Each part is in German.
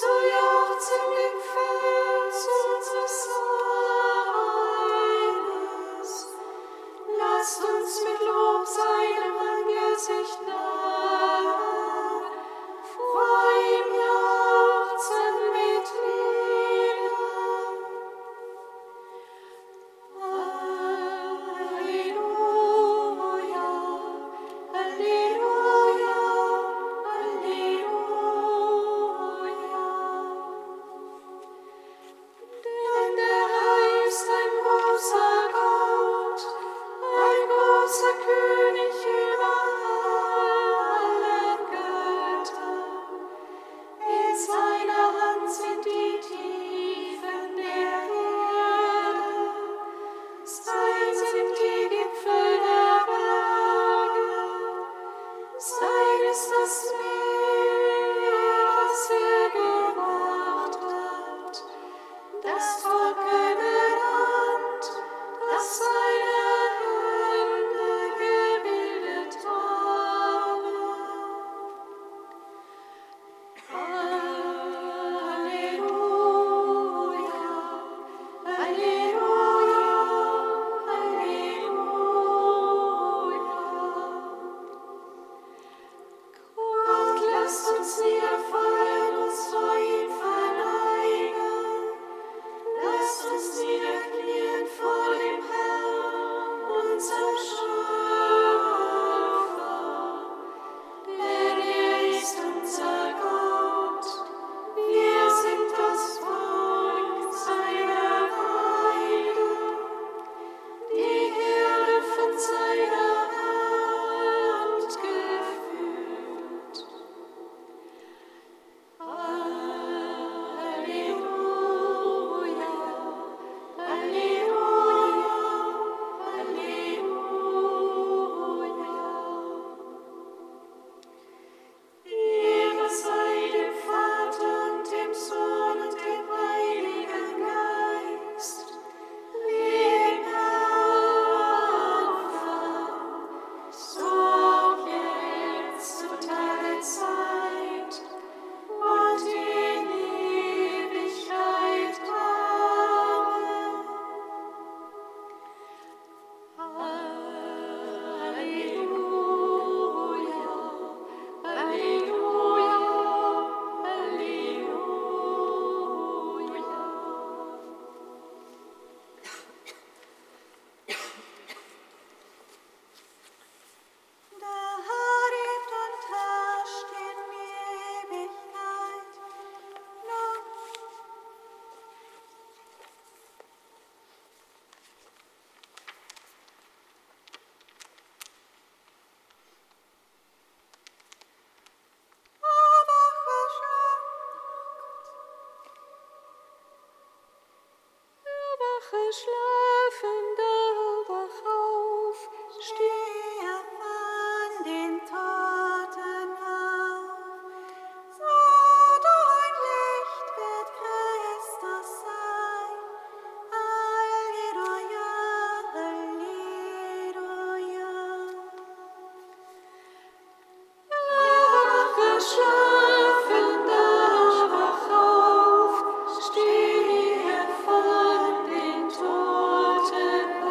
Stehe von den Toten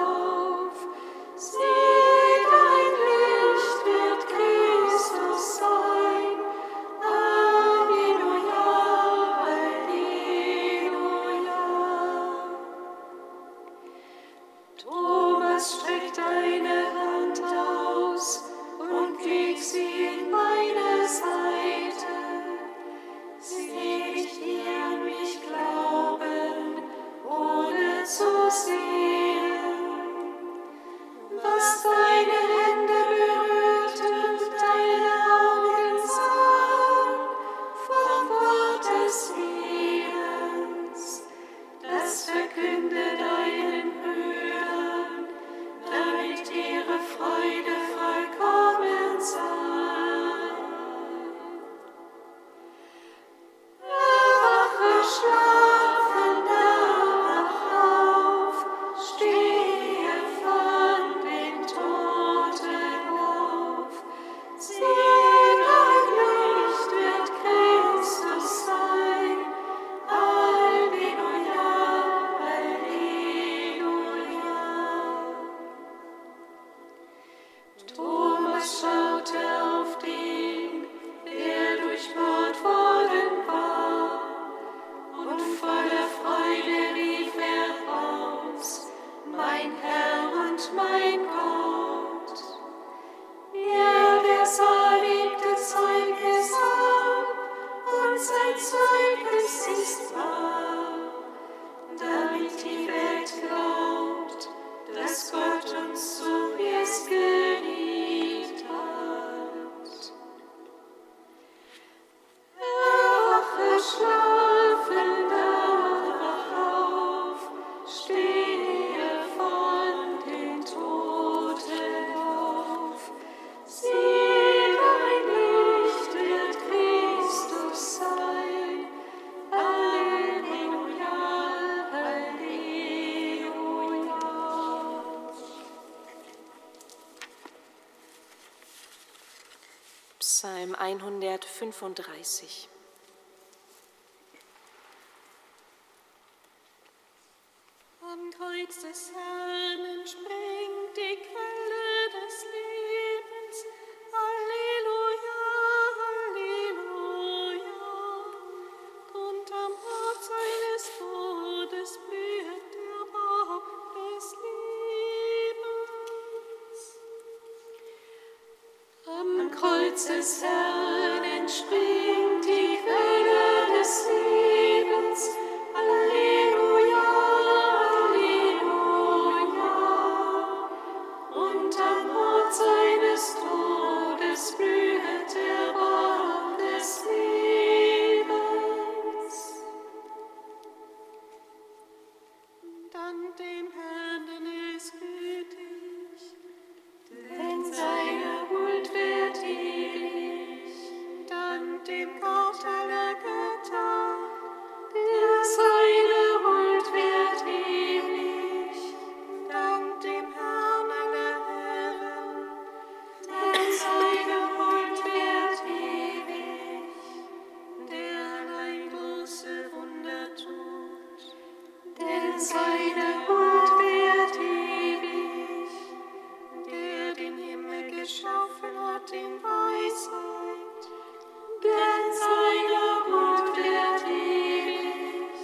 Psalm 135. Am Kreuz des Herrn entspringt die Quelle des Lebens. Halleluja, Halleluja. Und am Ort seines Todes blüht der Bauch des Lebens. Am Kreuz des Herrn entspringt die Quelle des Lebens. Halleluja, Halleluja. Und am Ort seines Todes blüht der Bauch des Lebens. Dank dem Herrn, denn er ist gütig, denn seine Huld währt ewig. Dank dem Gott aller Götter, der seine Huld währt ewig. Dank dem Herrn aller Herren, der seine Huld währt ewig. Der allein große Wunder tut, denn seine Huld währt ewig. Der den Himmel geschaffen hat in Weisheit, denn seine Huld währt ewig.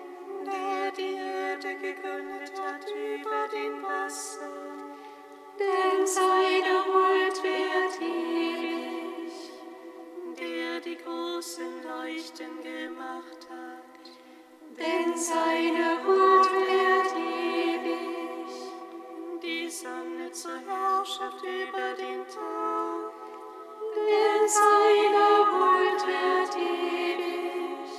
Der die Erde gegründet hat über den Wassern, denn seine Huld währt ewig. Der die großen Leuchten gemacht hat, denn seine Huld währt ewig. Die Sonne zur Herrschaft über den Tag, denn seine Huld währt ewig.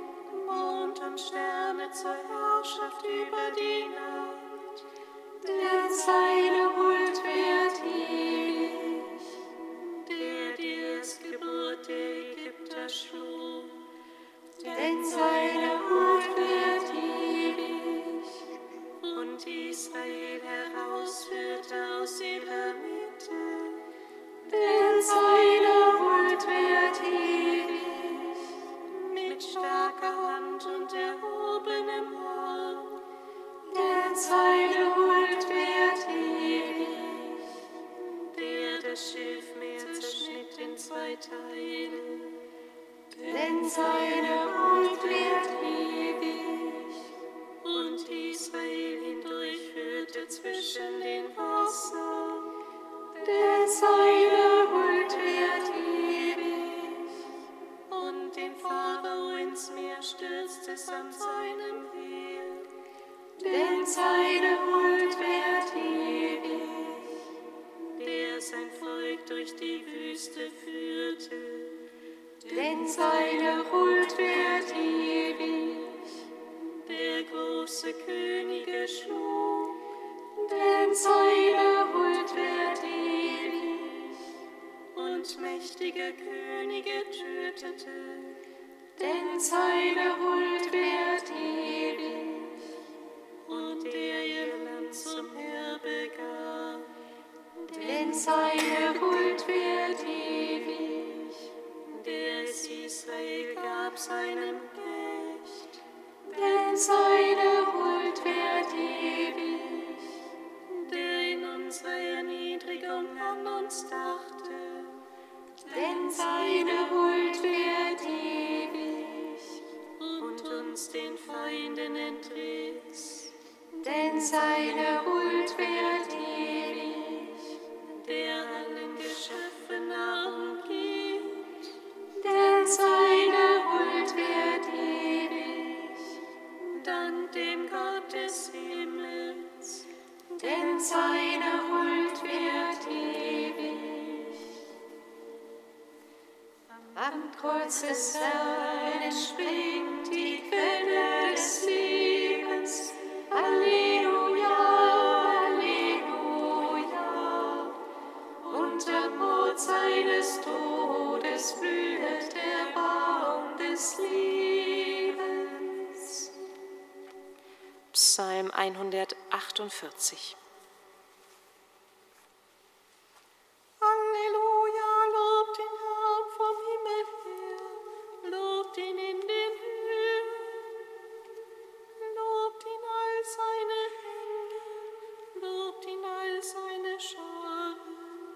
Mond und Sterne zur Herrschaft über die Nacht, denn seine Huld währt ewig. Der die Erstgeburt der Ägypter schlug, denn seine Huld währt ewig. Und Israel herausführte aus ihrer Mitte, denn seine Huld währt ewig. Mit starker Hand und erhobenem Arm, denn seine Huld währt ewig. Der das Schilfmeer zerschnitt in 2 Teile, denn seine Huld währt ewig. Und Israel hindurchführte zwischen den Wassern, denn seine Huld währt ewig. Und den Pharao ins Meer stürzte samt seinem Heer, denn seine Huld währt ewig. Der sein Volk durch die Wüste führte, denn seine Huld währt ewig. Der große Könige schlug, denn seine Huld währt ewig. Und mächtige Könige tötete, denn seine Huld währt ewig. Und der ihr Land zum Erbe gab, denn seine Huld währt ewig. Der es Israel gab seinem Knecht, denn seine Huld währt ewig. Der in unserer Erniedrigung an uns dachte, denn seine Huld währt ewig. Und uns den Feinden entriss, denn seine Huld währt ewig. Der allen Geschöpfen Nahrung gibt, denn seine Huld währt ewig. Dank dem Gott des Himmels, denn seine Huld währt ewig. Am Kreuz des Herrn entspringt Psalm 148. Halleluja, lobt den Herrn vom Himmel her, lobt ihn in den Höhen, lobt ihn all seine Engel, lobt ihn all seine Scharen.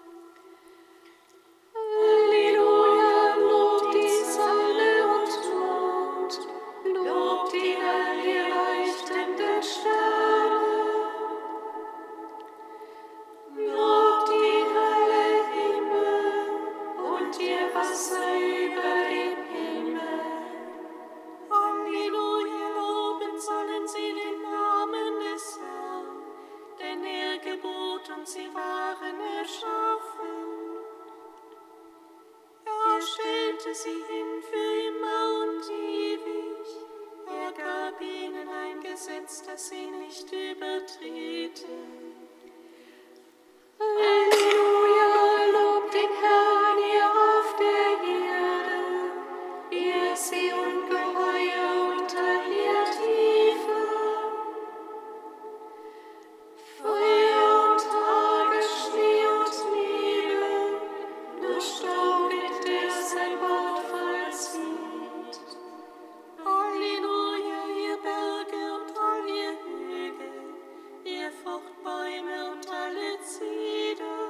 Halleluja, lobt die Sonne und Mond, lobt ihn all die leuchtenden Sterne. Lobt ihn alle Himmel und ihr Wasser über dem Himmel. Halleluja, loben sollen sie den Namen des Herrn, denn er gebot und sie waren erschaffen. Er stellte sie hin für immer und ewig. Er gab ihnen ein Gesetz, das sie nicht übertreten. Halleluja, lobt den Herrn, ihr auf der Erde, ihr Seeungeheuer unter der Tiefe. Feuer und Hagel, Schnee und Nebel, nur Staub wird der sein Wort vollzieht. Halleluja, ihr Berge und all ihr Hügel, ihr Fruchtbäume und alle Zeder,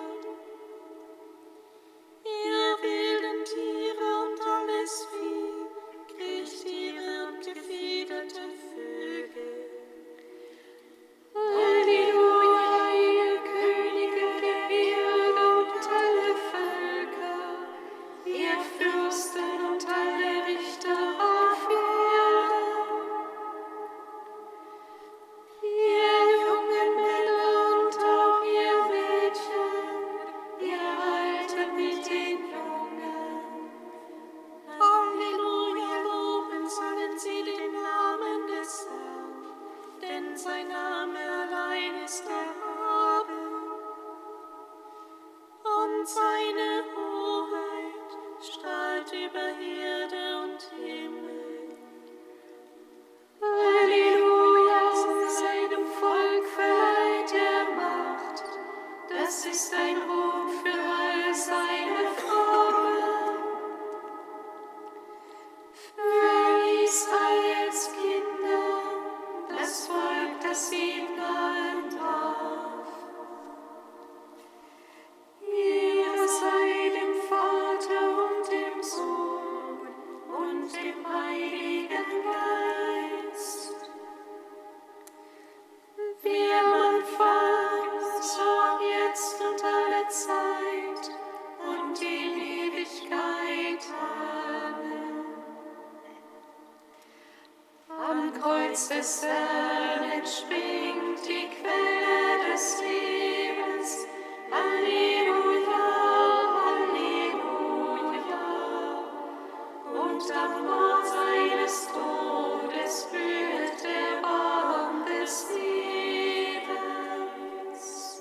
ihr wilden Tiere und alles Vieh, Kriechtiere und gefiederte Vögel. Halleluja, ihr Könige der Erde und alle Völker, ihr Fürsten und alle Richter auf Erden. Ihr jungen Männer und auch ihr Mädchen, ihr Alten mit den Jungen. Halleluja, loben sollen sie den Namen des Herrn, denn sein Name allein ist erhaben. Und seine Hoheit strahlt über Erde und Himmel. Halleluja, seinem Volk verleiht er Macht. Das ist ein Ruhm für all seine Frauen. Für Israels Kinder, das Volk, das ihm nahen darf. Ehre sei dem Vater und dem Sohn und dem Heiligen Geist. Wie am Anfang, so auch jetzt und alle Zeit und in Ewigkeit. Amen. Am Kreuz des Herrn entspringt die Quelle des Lebens. Halleluja, Halleluja. Und am Ort seines Todes blüht der Baum des Lebens.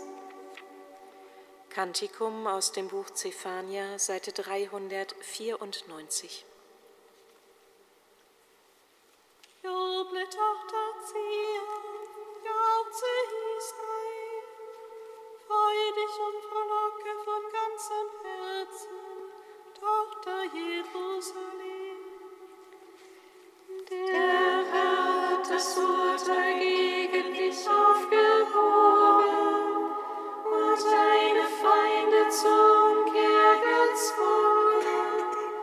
Kantikum aus dem Buch Zephania, Seite 394. Juble, Tochter Zion, jauchze Israel, freu dich und frohlocke von ganzem Herzen, Tochter Jerusalem. Der Herr hat das Urteil gegen dich aufgehoben und deine Feinde zur Umkehr gezwungen.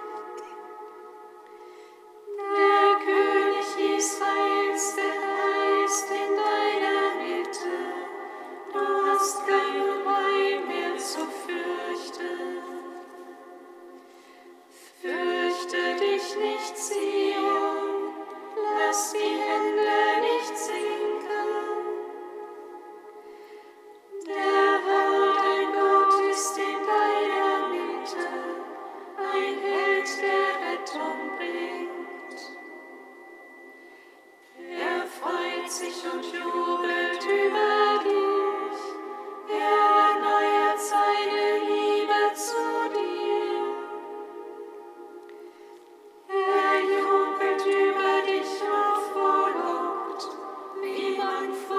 Der König Israels, der Herr ist in deiner Mitte. Du hast kein Unheil mehr zu fürchten. Fürchte dich nicht, Zion, lass die Hände nicht sinken. Der Herr, dein Gott, ist in deiner Mitte, ein Held, der Rettung bringt. Er freut sich und jubelt über dich, er erneuert seine Liebe zu dir. Er jubelt über dich und frohlockt, wie man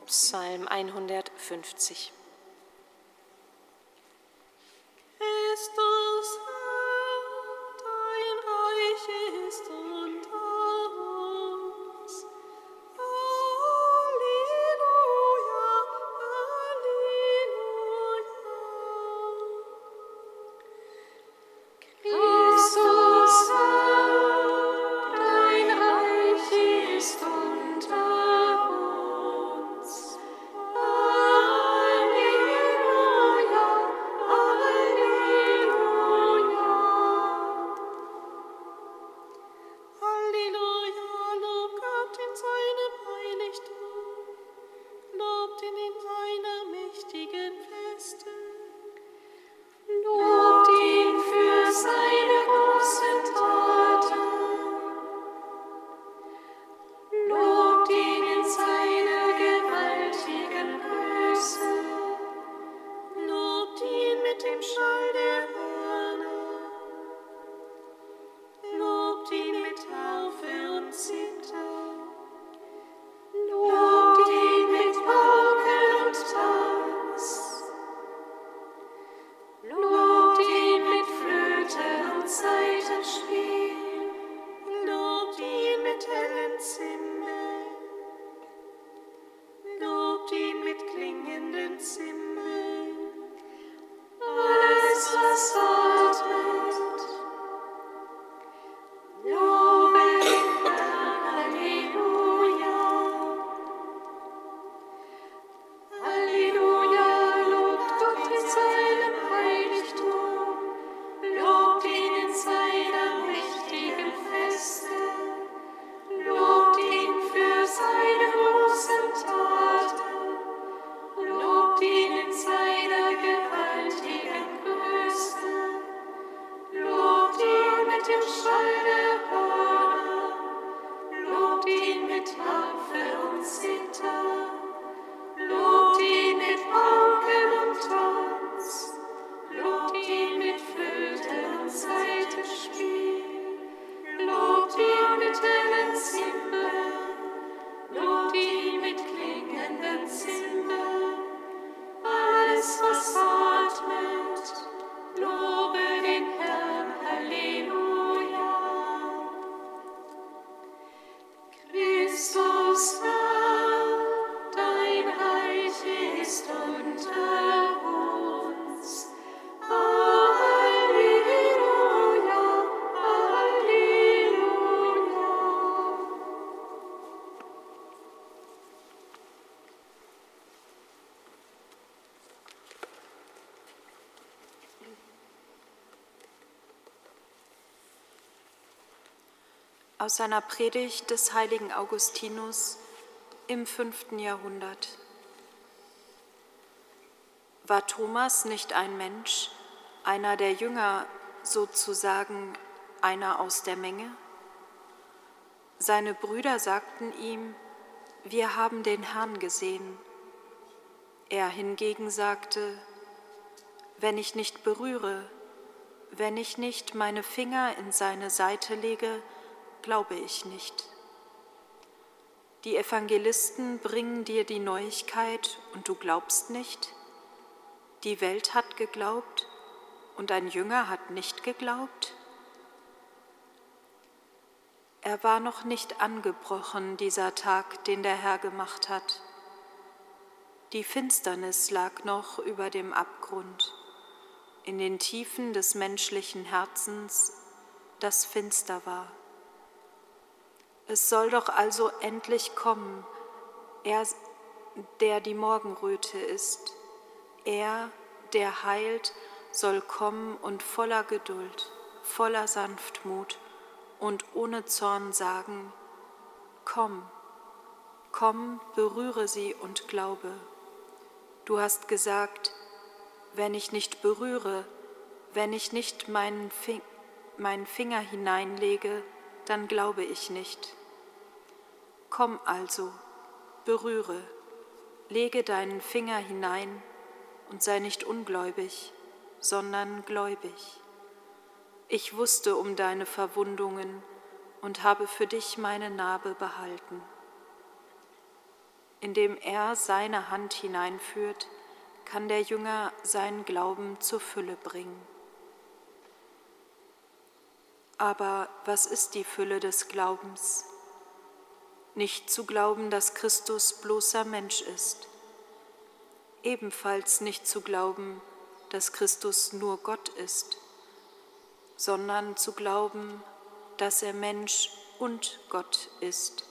Psalm 150. Christus, Herr, dein Reich ist unter uns. Halleluja, Halleluja. Christus, Herr, dein Reich ist unter uns. Halleluja, Halleluja. Halleluja, lob Gott in seinem Heiligtum, lobt ihn in seiner mächtigen Feste. Lobt ihn für seine großen Taten. Lobt ihn in seiner gewaltigen Größe. Lobt ihn mit dem Schall der Hörner. Lobt ihn mit Harfe und Zither. Lobt ihn mit Pauken und Tanz. Lobt ihn mit Flöte und Saitenspiel. Lobt ihn mit hellen Zimbeln. Lobt ihn mit klingenden Zimbeln. Alles, was atmet, lobe den Herrn. Halleluja. Halleluja, lobt Gott in seinem Heiligtum, lobt ihn in seiner mächtigen Feste, lobt ihn für seine großen Taten, lobt ihn in seiner gewaltigen Größe, lobt ihn mit dem Schall der Hörner, lobt ihn mit Harfe und Zither. Lobt ihn mit Pauken und Tanz, lobt ihn mit Flöte und Saitenspiel, lobt ihn mit hellen Zimbeln, lobt ihn mit klingenden Zimbeln. Alles, was atmet, lobe den Herrn. Halleluja. Christus, Herr, dein Reich ist unter uns. Halleluja, Halleluja. Aus einer Predigt des heiligen Augustinus im 5. Jahrhundert. War Thomas nicht ein Mensch, einer der Jünger, sozusagen einer aus der Menge? Seine Brüder sagten ihm, wir haben den Herrn gesehen. Er hingegen sagte, wenn ich nicht berühre, wenn ich nicht meine Finger in seine Seite lege, glaube ich nicht. Die Evangelisten bringen dir die Neuigkeit und du glaubst nicht? Die Welt hat geglaubt und ein Jünger hat nicht geglaubt? Er war noch nicht angebrochen, dieser Tag, den der Herr gemacht hat. Die Finsternis lag noch über dem Abgrund, in den Tiefen des menschlichen Herzens, das finster war. Es soll doch also endlich kommen, er, der die Morgenröte ist. Er, der heilt, soll kommen und voller Geduld, voller Sanftmut und ohne Zorn sagen, komm, komm, berühre sie und glaube. Du hast gesagt, wenn ich nicht berühre, wenn ich nicht meinen Finger hineinlege, dann glaube ich nicht. Komm also, berühre, lege deinen Finger hinein und sei nicht ungläubig, sondern gläubig. Ich wusste um deine Verwundungen und habe für dich meine Narbe behalten. Indem er seine Hand hineinführt, kann der Jünger seinen Glauben zur Fülle bringen. Aber was ist die Fülle des Glaubens? Nicht zu glauben, dass Christus bloßer Mensch ist. Ebenfalls nicht zu glauben, dass Christus nur Gott ist, sondern zu glauben, dass er Mensch und Gott ist.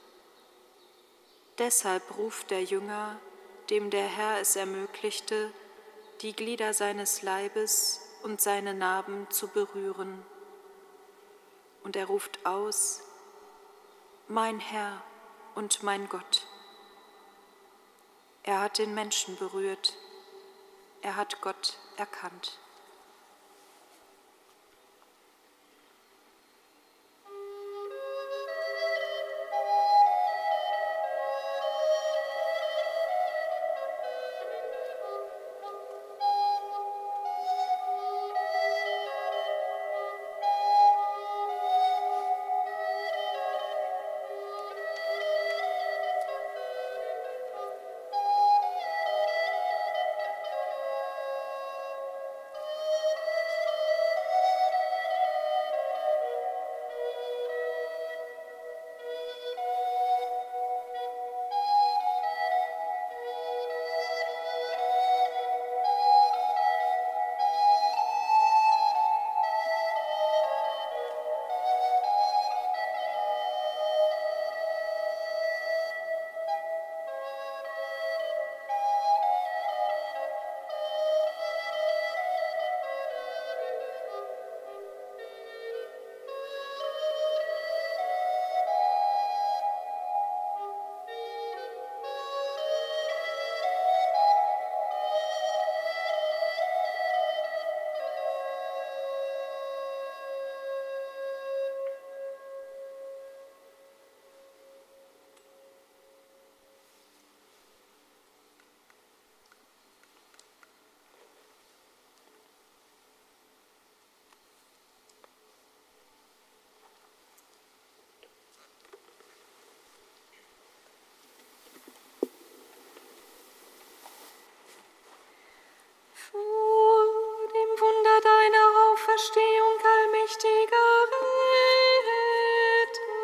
Deshalb ruft der Jünger, dem der Herr es ermöglichte, die Glieder seines Leibes und seine Narben zu berühren. Und er ruft aus: Mein Herr und mein Gott. Er hat den Menschen berührt, er hat Gott erkannt. Vor dem Wunder deiner Auferstehung, allmächtiger Retter,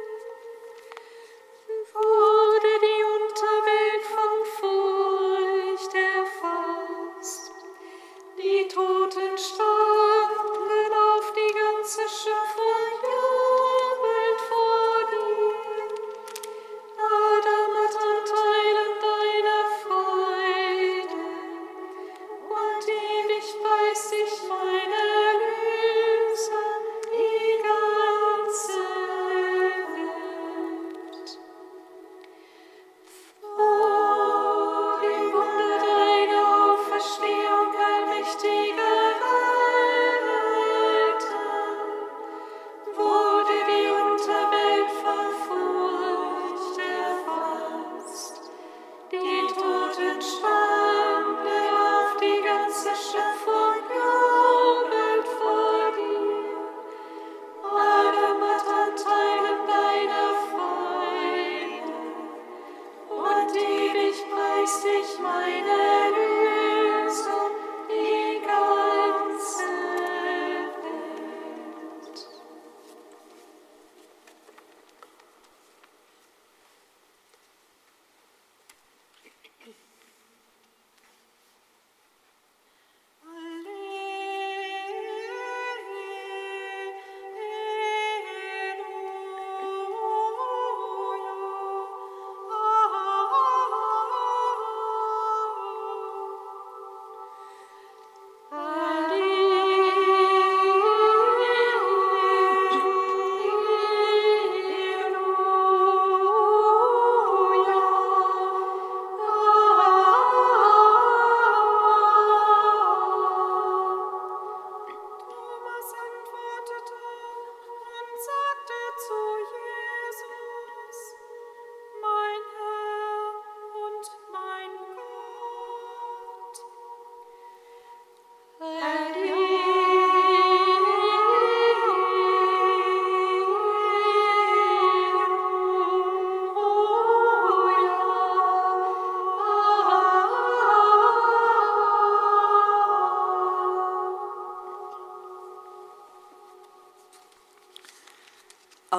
wurde die Unterwelt von Furcht erfasst. Die Toten standen auf, die ganze Schöpfung jubelt vor dir. Adam hat Anteilen deiner Freude, und ewig preist dich mein Erlöser, die ganze Welt. Vor dem Wunder deiner Auferstehung, allmächtiger Retter, wurde die Unterwelt von Furcht erfasst. Die Toten standen auf, die ganze Schöpfung jubelt vor dir. Adam hat Anteilen deiner Freude, und ewig preist dich mein Erlöser, die ganze Welt. Alleluia.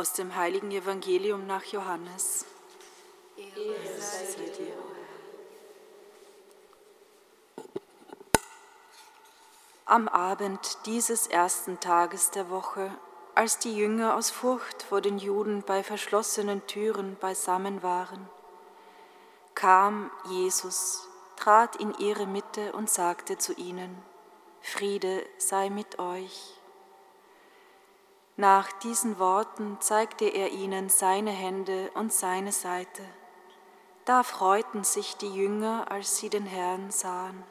Aus dem heiligen Evangelium nach Johannes. Ehre sei dir. Am Abend dieses ersten Tages der Woche, als die Jünger aus Furcht vor den Juden bei verschlossenen Türen beisammen waren, kam Jesus, trat in ihre Mitte und sagte zu ihnen: Friede sei mit euch. Nach diesen Worten zeigte er ihnen seine Hände und seine Seite. Da freuten sich die Jünger, als sie den Herrn sahen.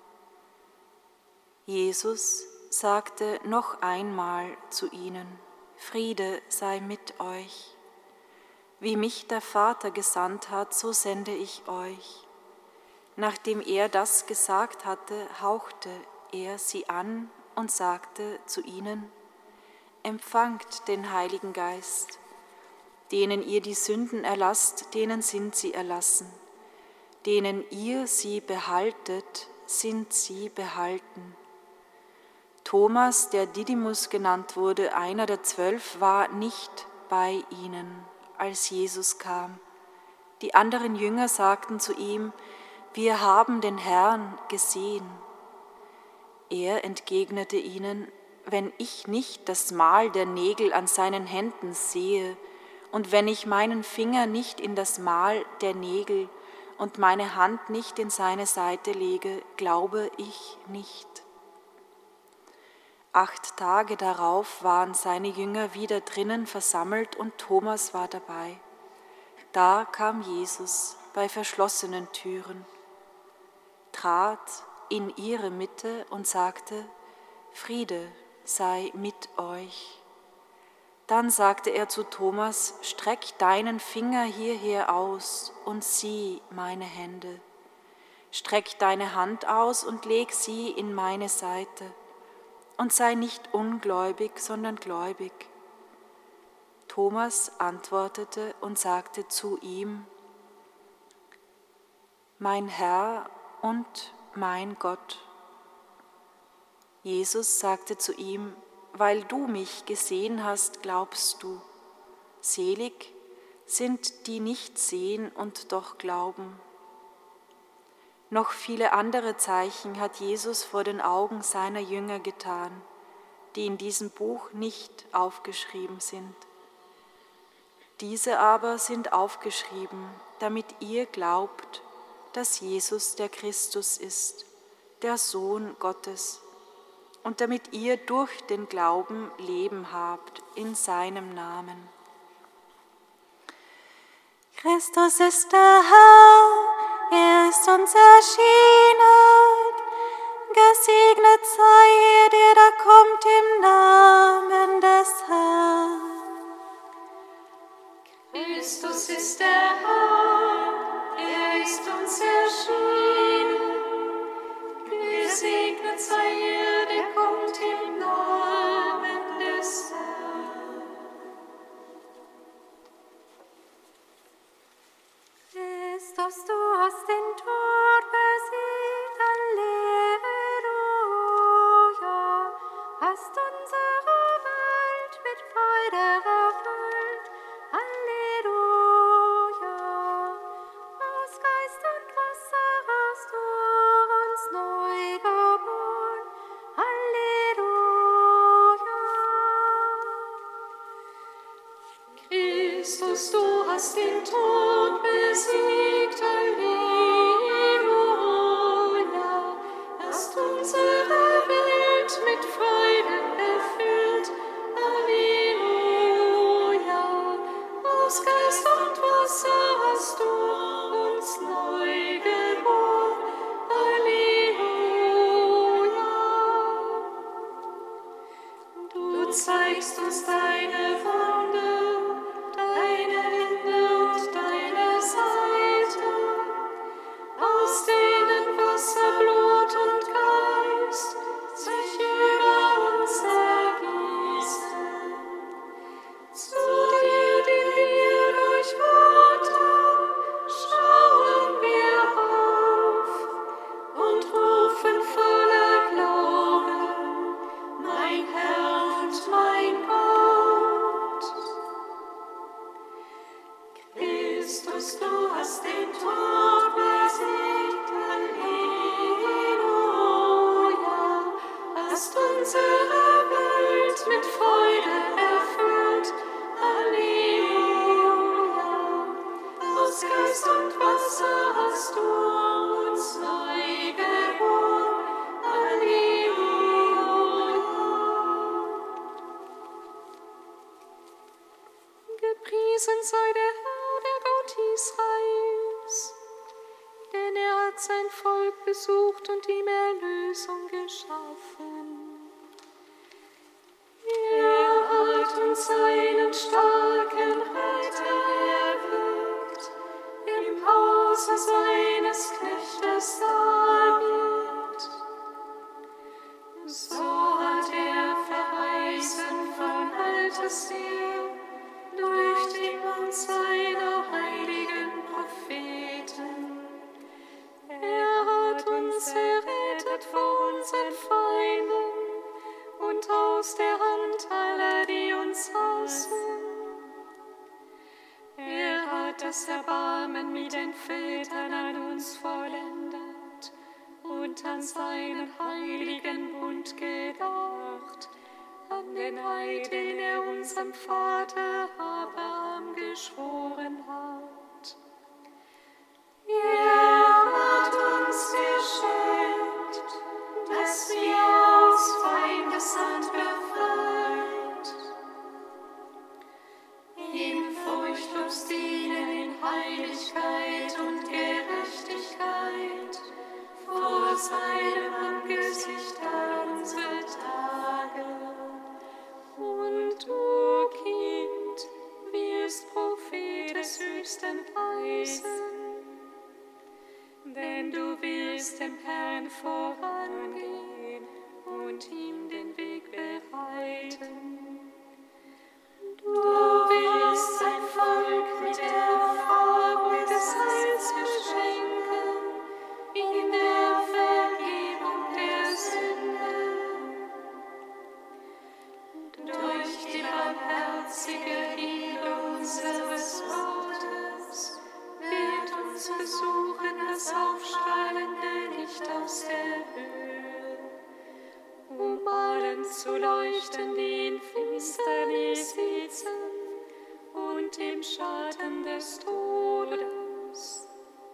Jesus sagte noch einmal zu ihnen: Friede sei mit euch. Wie mich der Vater gesandt hat, so sende ich euch. Nachdem er das gesagt hatte, hauchte er sie an und sagte zu ihnen: Empfangt den Heiligen Geist. Denen ihr die Sünden erlasst, denen sind sie erlassen. Denen ihr sie behaltet, sind sie behalten. Thomas, der Didymus genannt wurde, einer der 12, war nicht bei ihnen, als Jesus kam. Die anderen Jünger sagten zu ihm: Wir haben den Herrn gesehen. Er entgegnete ihnen: Wenn ich nicht das Mal der Nägel an seinen Händen sehe und wenn ich meinen Finger nicht in das Mal der Nägel und meine Hand nicht in seine Seite lege, glaube ich nicht. 8 Tage darauf waren seine Jünger wieder drinnen versammelt und Thomas war dabei. Da kam Jesus bei verschlossenen Türen, trat in ihre Mitte und sagte: Friede sei mit euch. Dann sagte er zu Thomas: Streck deinen Finger hierher aus und sieh meine Hände. Streck deine Hand aus und leg sie in meine Seite. Und sei nicht ungläubig, sondern gläubig. Thomas antwortete und sagte zu ihm: Mein Herr und mein Gott. Jesus sagte zu ihm: Weil du mich gesehen hast, glaubst du. Selig sind, die nicht sehen und doch glauben. Noch viele andere Zeichen hat Jesus vor den Augen seiner Jünger getan, die in diesem Buch nicht aufgeschrieben sind. Diese aber sind aufgeschrieben, damit ihr glaubt, dass Jesus der Christus ist, der Sohn Gottes, und damit ihr durch den Glauben Leben habt in seinem Namen. Christus ist der Herr, er ist uns erschienen. Gesegnet sei er, der da kommt im Namen des Herrn. Christus ist der Herr, er ist uns erschienen. Gesegnet sei er, der kommt im Namen des Herrn. Christus, du hast den Tod besiegt, Halleluja. Hast unsere Welt mit Freude erfüllt, Halleluja. Aus Geist und Wasser hast du uns neu geboren, Halleluja. Christus, du hast den Tod besiegt, Halleluja. Hast unsere Welt mit Freuden erfüllt, Halleluja. Aus Geist und Wasser hast du uns neu geboren, Halleluja. Du zeigst uns deine Wunder, deine Hände und deine Seite, aus denen Wasser, Blut und Geist sich über uns ergießen. Zu dir, den wir durchbohrten, schauen wir auf und rufen voller Glauben: Mein Herr und mein Gott. hat sein Volk besucht und ihm Erlösung geschaffen. Er hat uns seinen starken Retter erweckt, im Hause seines Knechtes David. So hat er verheißen von alters her, durch den Mund seiner heiligen Propheten. Er hat uns errettet vor unseren Feinden und aus der Hand aller, die uns hassen. Er hat das Erbarmen mit den Vätern an uns vollendet und an seinen heiligen Bund gedacht, an den Eid, den er unserem Vater Abraham geschworen hat. Er hat uns geschenkt, dass wir aus Feindeshand befreit, ihm furchtlos dienen in Heiligkeit und Gerechtigkeit vor seinem Angesicht all unsere Tage. Und du, Kind, wirst Prophet des Höchsten preisen, denn du wirst dem Herrn vorangehen und ihm den Weg bereiten. Du wirst sein Volk mit der Erfahrung des Heils beschenken, in der Vergebung der Sünden. Durch die barmherzige Liebe unseres Gottes wird uns besuchen das aufstrahlende Licht aus der Höhe, um allen zu leuchten, die in Finsternis sitzen und im Schatten des Todes,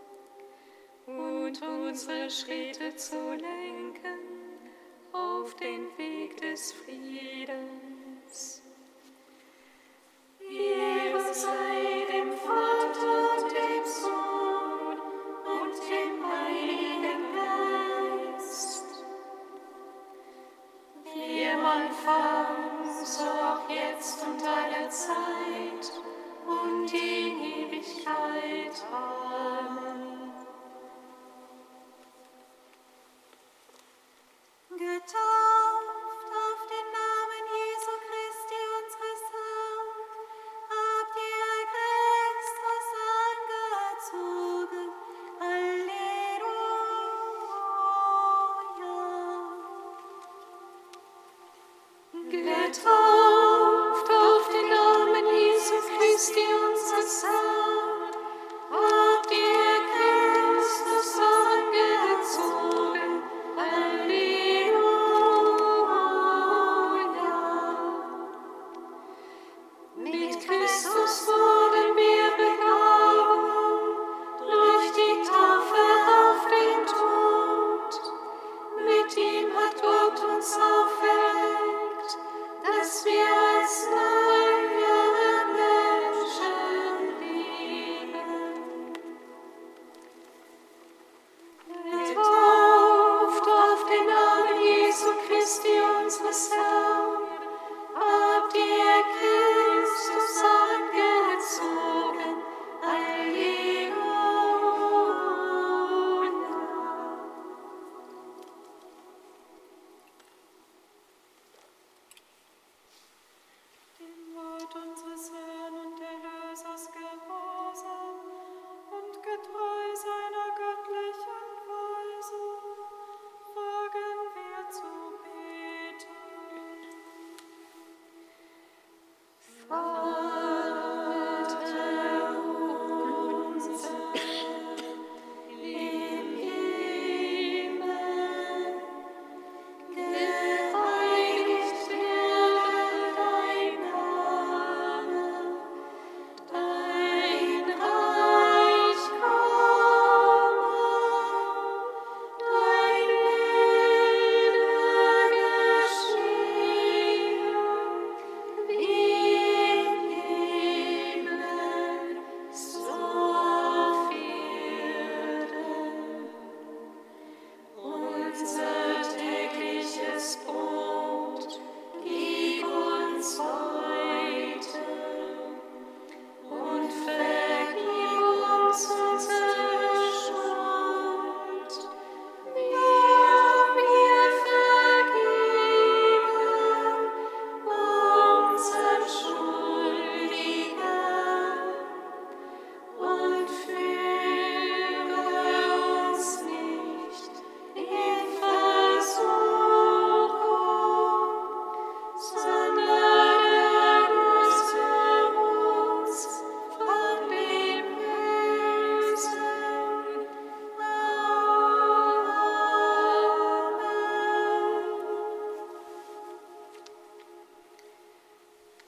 und unsere Schritte zu lenken auf den Weg des Friedens. Ehre sei dem Vater und dem Sohn und dem Heiligen Geist, wie im Anfang, so auch jetzt und alle Zeit und in Ewigkeit. Amen. Getauft auf den Namen Jesu Christi, unseres Herrn, habt ihr Christus angezogen. Halleluja. Getauft auf den Namen Jesu Christi, unseres Herrn, habt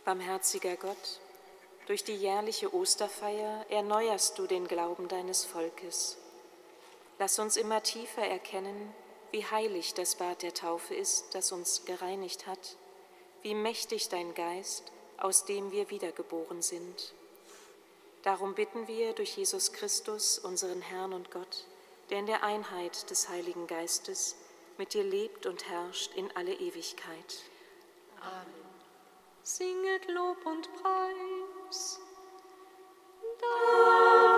Barmherziger Gott, durch die jährliche Osterfeier erneuerst du den Glauben deines Volkes. Lass uns immer tiefer erkennen, wie heilig das Bad der Taufe ist, das uns gereinigt hat, wie mächtig dein Geist, aus dem wir wiedergeboren sind. Darum bitten wir durch Jesus Christus, unseren Herrn und Gott, der in der Einheit des Heiligen Geistes mit dir lebt und herrscht in alle Ewigkeit. Amen. Singet Lob und Preis. Dank.